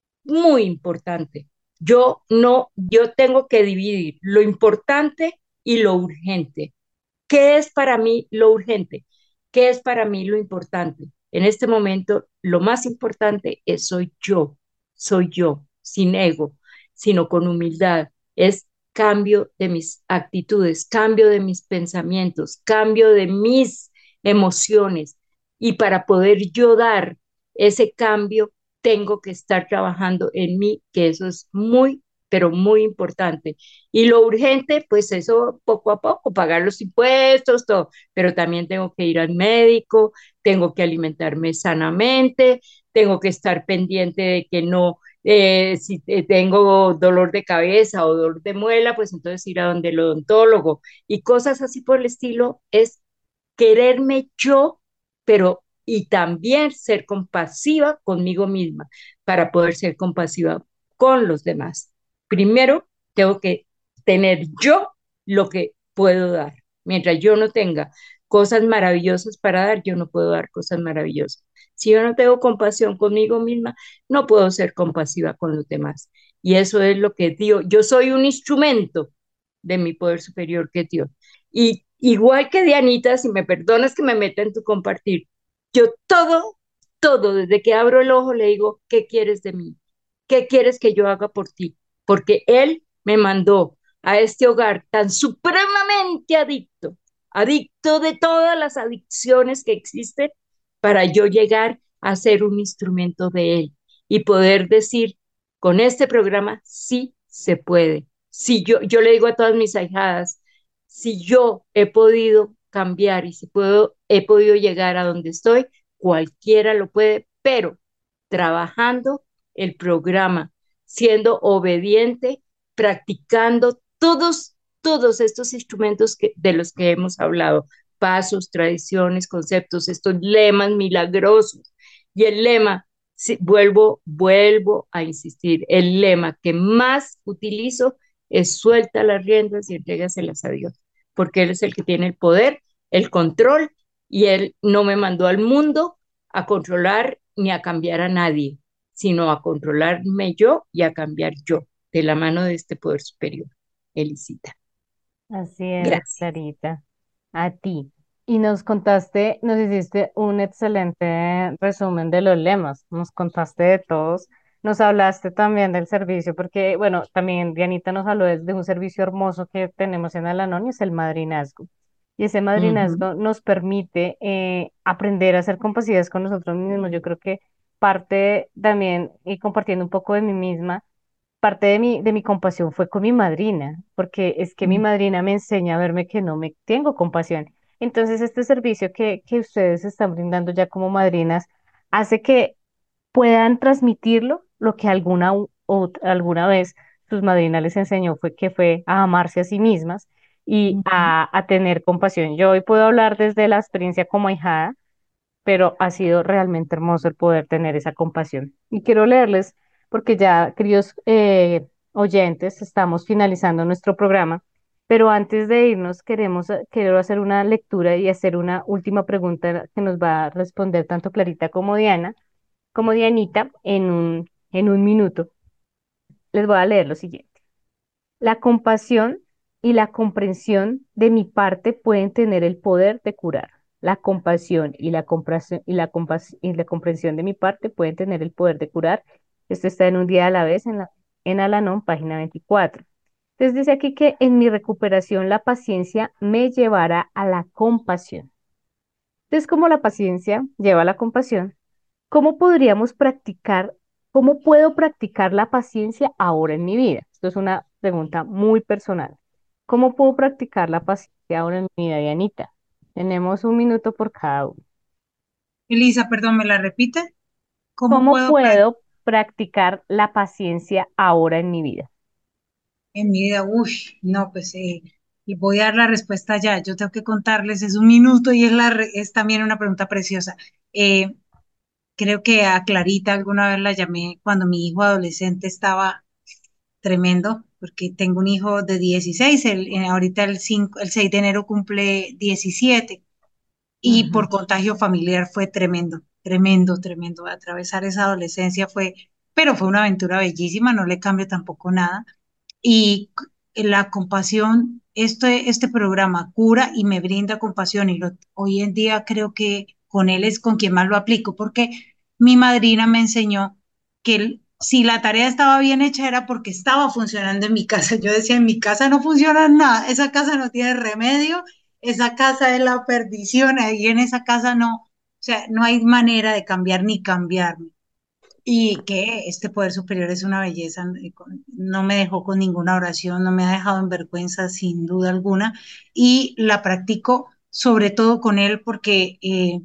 muy importante. Yo no, yo tengo que dividir lo importante y lo urgente. ¿Qué es para mí lo urgente? ¿Qué es para mí lo importante? En este momento, lo más importante es soy yo, soy yo, sin ego, sino con humildad. Es cambio de mis actitudes, cambio de mis pensamientos, cambio de mis emociones. Y para poder yo dar ese cambio, tengo que estar trabajando en mí, que eso es muy, pero muy importante. Y lo urgente, pues eso poco a poco, pagar los impuestos, todo, pero también tengo que ir al médico, tengo que alimentarme sanamente, tengo que estar pendiente de que no, eh, si tengo dolor de cabeza o dolor de muela, pues entonces ir a donde el odontólogo y cosas así por el estilo, es quererme yo, pero y también ser compasiva conmigo misma para poder ser compasiva con los demás. Primero, tengo que tener yo lo que puedo dar. Mientras yo no tenga cosas maravillosas para dar, yo no puedo dar cosas maravillosas. Si yo no tengo compasión conmigo misma, no puedo ser compasiva con los demás. Y eso es lo que Dios, yo soy un instrumento de mi poder superior que Dios. Y igual que Dianita, si me perdonas que me meta en tu compartir, yo todo, todo, desde que abro el ojo le digo, ¿qué quieres de mí? ¿Qué quieres que yo haga por ti? Porque Él me mandó a este hogar tan supremamente adicto, adicto de todas las adicciones que existen, para yo llegar a ser un instrumento de Él y poder decir, con este programa sí se puede. Si yo, yo le digo a todas mis ahijadas, si yo he podido cambiar y si puedo, he podido llegar a donde estoy, cualquiera lo puede, pero trabajando el programa, siendo obediente, practicando todos, todos estos instrumentos que, de los que hemos hablado, pasos, tradiciones, conceptos, estos lemas milagrosos. Y el lema, si, vuelvo, vuelvo a insistir, el lema que más utilizo es suelta las riendas y entrégaselas a Dios, porque Él es el que tiene el poder, el control, y Él no me mandó al mundo a controlar ni a cambiar a nadie, sino a controlarme yo y a cambiar yo, de la mano de este poder superior. Elisita. Así es, Gracias. Clarita. A ti. Y nos contaste, nos hiciste un excelente resumen de los lemas, nos contaste de todos, nos hablaste también del servicio, porque, bueno, también Dianita nos habló de, de un servicio hermoso que tenemos en Alanón y es el madrinazgo. y ese Ujú, madrinazgo nos permite eh, aprender a ser compasivas con nosotros mismos. Yo creo que parte también, y compartiendo un poco de mí misma, parte de mi, de mi compasión fue con mi madrina, porque es que mi mm, madrina me enseña a verme que no me tengo compasión. Entonces, este servicio que, que ustedes están brindando ya como madrinas hace que puedan transmitirlo, lo que alguna, u- o, alguna vez sus madrinas les enseñó fue que fue a amarse a sí mismas y ujú. a, a tener compasión. Yo hoy puedo hablar desde la experiencia como ahijada, pero ha sido realmente hermoso el poder tener esa compasión. Y quiero leerles, porque ya, queridos eh, oyentes, estamos finalizando nuestro programa, pero antes de irnos, queremos, eh, quiero hacer una lectura y hacer una última pregunta que nos va a responder tanto Clarita como Diana, como Dianita, en un, en un minuto. Les voy a leer lo siguiente. La compasión y la comprensión de mi parte pueden tener el poder de curar. La compasión y la, comprasión- y la, compas- y la comprensión de mi parte pueden tener el poder de curar. Esto está en Un día a la vez en, la, en Alanón, página veinticuatro. Entonces dice aquí que en mi recuperación la paciencia me llevará a la compasión. Entonces, como la paciencia lleva a la compasión, ¿cómo podríamos practicar, cómo puedo practicar la paciencia ahora en mi vida? Esto es una pregunta muy personal. ¿Cómo puedo practicar la paciencia ahora en mi vida, Dianita? Tenemos un minuto por cada uno. Elisa, perdón, ¿me la repite? ¿Cómo ¿Cómo puedo pra- puedo practicar la paciencia ahora en mi vida? en mi vida? Uy, no, pues eh, y voy a dar la respuesta ya. Yo tengo que contarles, es un minuto y es, la, re- es también una pregunta preciosa. Eh, Creo que a Clarita alguna vez la llamé cuando mi hijo adolescente estaba tremendo, porque tengo un hijo de dieciséis, el, eh, ahorita el, cinco el seis de enero cumple diecisiete y Ujú. por contagio familiar fue tremendo, tremendo, tremendo. Atravesar esa adolescencia fue, pero fue una aventura bellísima, no le cambio tampoco nada. Y c- la compasión, este, este programa cura y me brinda compasión y lo, hoy en día creo que con él es con quien más lo aplico, porque mi madrina me enseñó que el- si la tarea estaba bien hecha era porque estaba funcionando en mi casa. Yo decía, en mi casa no funciona nada, esa casa no tiene remedio, esa casa es la perdición, ahí en esa casa no, o sea, no hay manera de cambiar ni cambiarme. Y que este poder superior es una belleza, eh, con- no me dejó con ninguna oración, no me ha dejado en vergüenza sin duda alguna, y la practico sobre todo con él porque eh,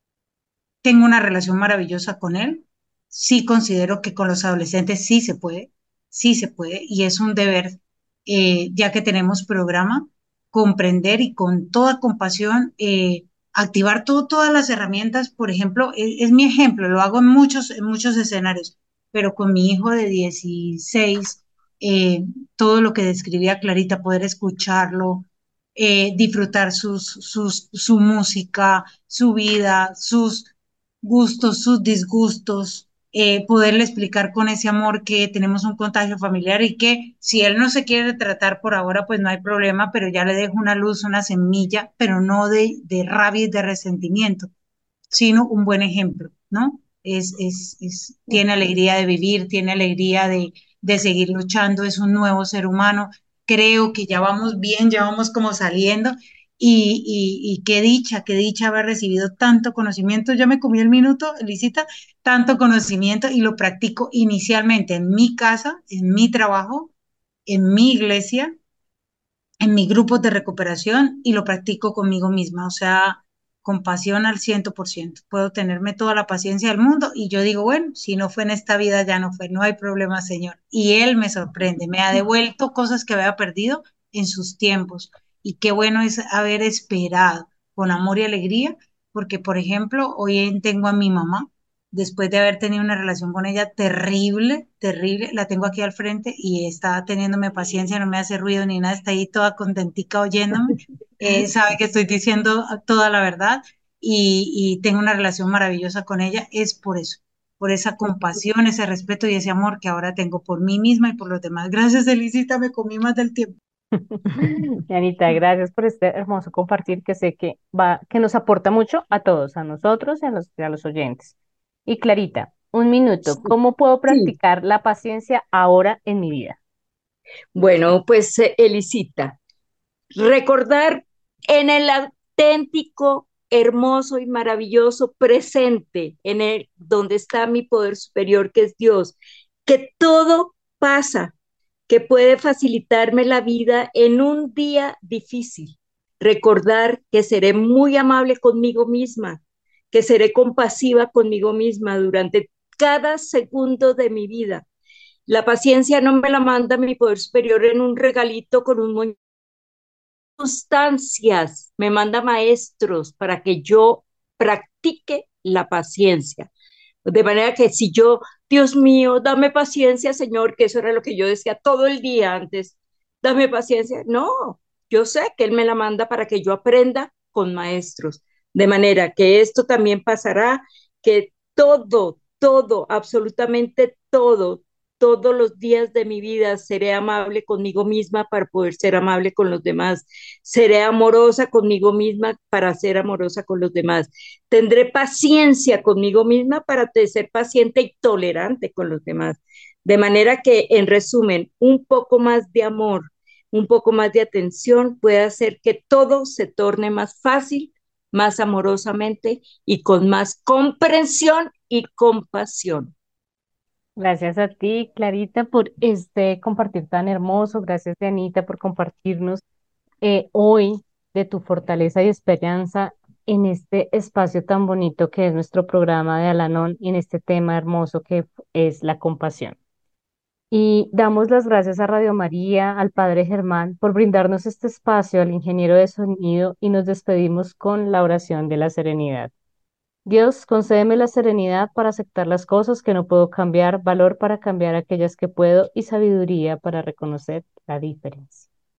tengo una relación maravillosa con él. Sí considero que con los adolescentes sí se puede, sí se puede, y es un deber, eh, ya que tenemos programa, comprender y con toda compasión eh, activar todo, todas las herramientas. Por ejemplo, es, es mi ejemplo, lo hago en muchos, en muchos escenarios, pero con mi hijo de dieciséis, eh, todo lo que describía Clarita, poder escucharlo, eh, disfrutar sus, sus, su música, su vida, sus gustos, sus disgustos, eh, poderle explicar con ese amor que tenemos un contagio familiar y que si él no se quiere tratar por ahora, pues no hay problema, pero ya le dejo una luz, una semilla, pero no de, de rabia y de resentimiento, sino un buen ejemplo, ¿no? Es, es, es, tiene alegría de vivir, tiene alegría de, de seguir luchando, es un nuevo ser humano. Creo que ya vamos bien, ya vamos como saliendo y, y, y qué dicha, qué dicha haber recibido tanto conocimiento. Ya me comí el minuto, Elisita, tanto conocimiento y lo practico inicialmente en mi casa, en mi trabajo, en mi iglesia, en mi grupo de recuperación y lo practico conmigo misma, o sea, con pasión al ciento por ciento. Puedo tenerme toda la paciencia del mundo y yo digo, bueno, si no fue en esta vida, ya no fue, no hay problema, Señor. Y Él me sorprende, me ha devuelto cosas que había perdido en sus tiempos. Y qué bueno es haber esperado con amor y alegría, porque, por ejemplo, hoy tengo a mi mamá después de haber tenido una relación con ella terrible, terrible, la tengo aquí al frente y está teniéndome paciencia, no me hace ruido ni nada, está ahí toda contentica oyéndome, eh, sabe que estoy diciendo toda la verdad y, y tengo una relación maravillosa con ella, es por eso, por esa compasión, ese respeto y ese amor que ahora tengo por mí misma y por los demás. Gracias, Elisita, me comí más del tiempo. Anita, gracias por este hermoso compartir que sé que va, que nos aporta mucho a todos, a nosotros y a los, y a los oyentes. Y Clarita, un minuto, sí, ¿cómo puedo sí. practicar la paciencia ahora en mi vida? Bueno, pues eh, Elisita, recordar. en el auténtico, hermoso y maravilloso presente, en el donde está mi poder superior, que es Dios, que todo pasa, que puede facilitarme la vida en un día difícil. Recordar que seré muy amable conmigo misma, que seré compasiva conmigo misma durante cada segundo de mi vida. La paciencia no me la manda mi poder superior en un regalito con un moño, circunstancias, me manda maestros para que yo practique la paciencia. De manera que si yo, Dios mío, dame paciencia, Señor, que eso era lo que yo decía todo el día antes, dame paciencia. No, yo sé que Él me la manda para que yo aprenda con maestros. De manera que esto también pasará, que todo, todo, absolutamente todo, todos los días de mi vida seré amable conmigo misma para poder ser amable con los demás. Seré amorosa conmigo misma para ser amorosa con los demás. Tendré paciencia conmigo misma para ser paciente y tolerante con los demás. De manera que, en resumen, un poco más de amor, un poco más de atención puede hacer que todo se torne más fácil, más amorosamente y con más comprensión y compasión. Gracias a ti, Clarita, por este compartir tan hermoso. Gracias, Anita, por compartirnos eh, hoy de tu fortaleza y esperanza en este espacio tan bonito que es nuestro programa de Alanón y en este tema hermoso que es la compasión. Y damos las gracias a Radio María, al Padre Germán, por brindarnos este espacio, al ingeniero de sonido, y nos despedimos con la oración de la serenidad. Dios, concédeme la serenidad para aceptar las cosas que no puedo cambiar, valor para cambiar aquellas que puedo y sabiduría para reconocer la diferencia.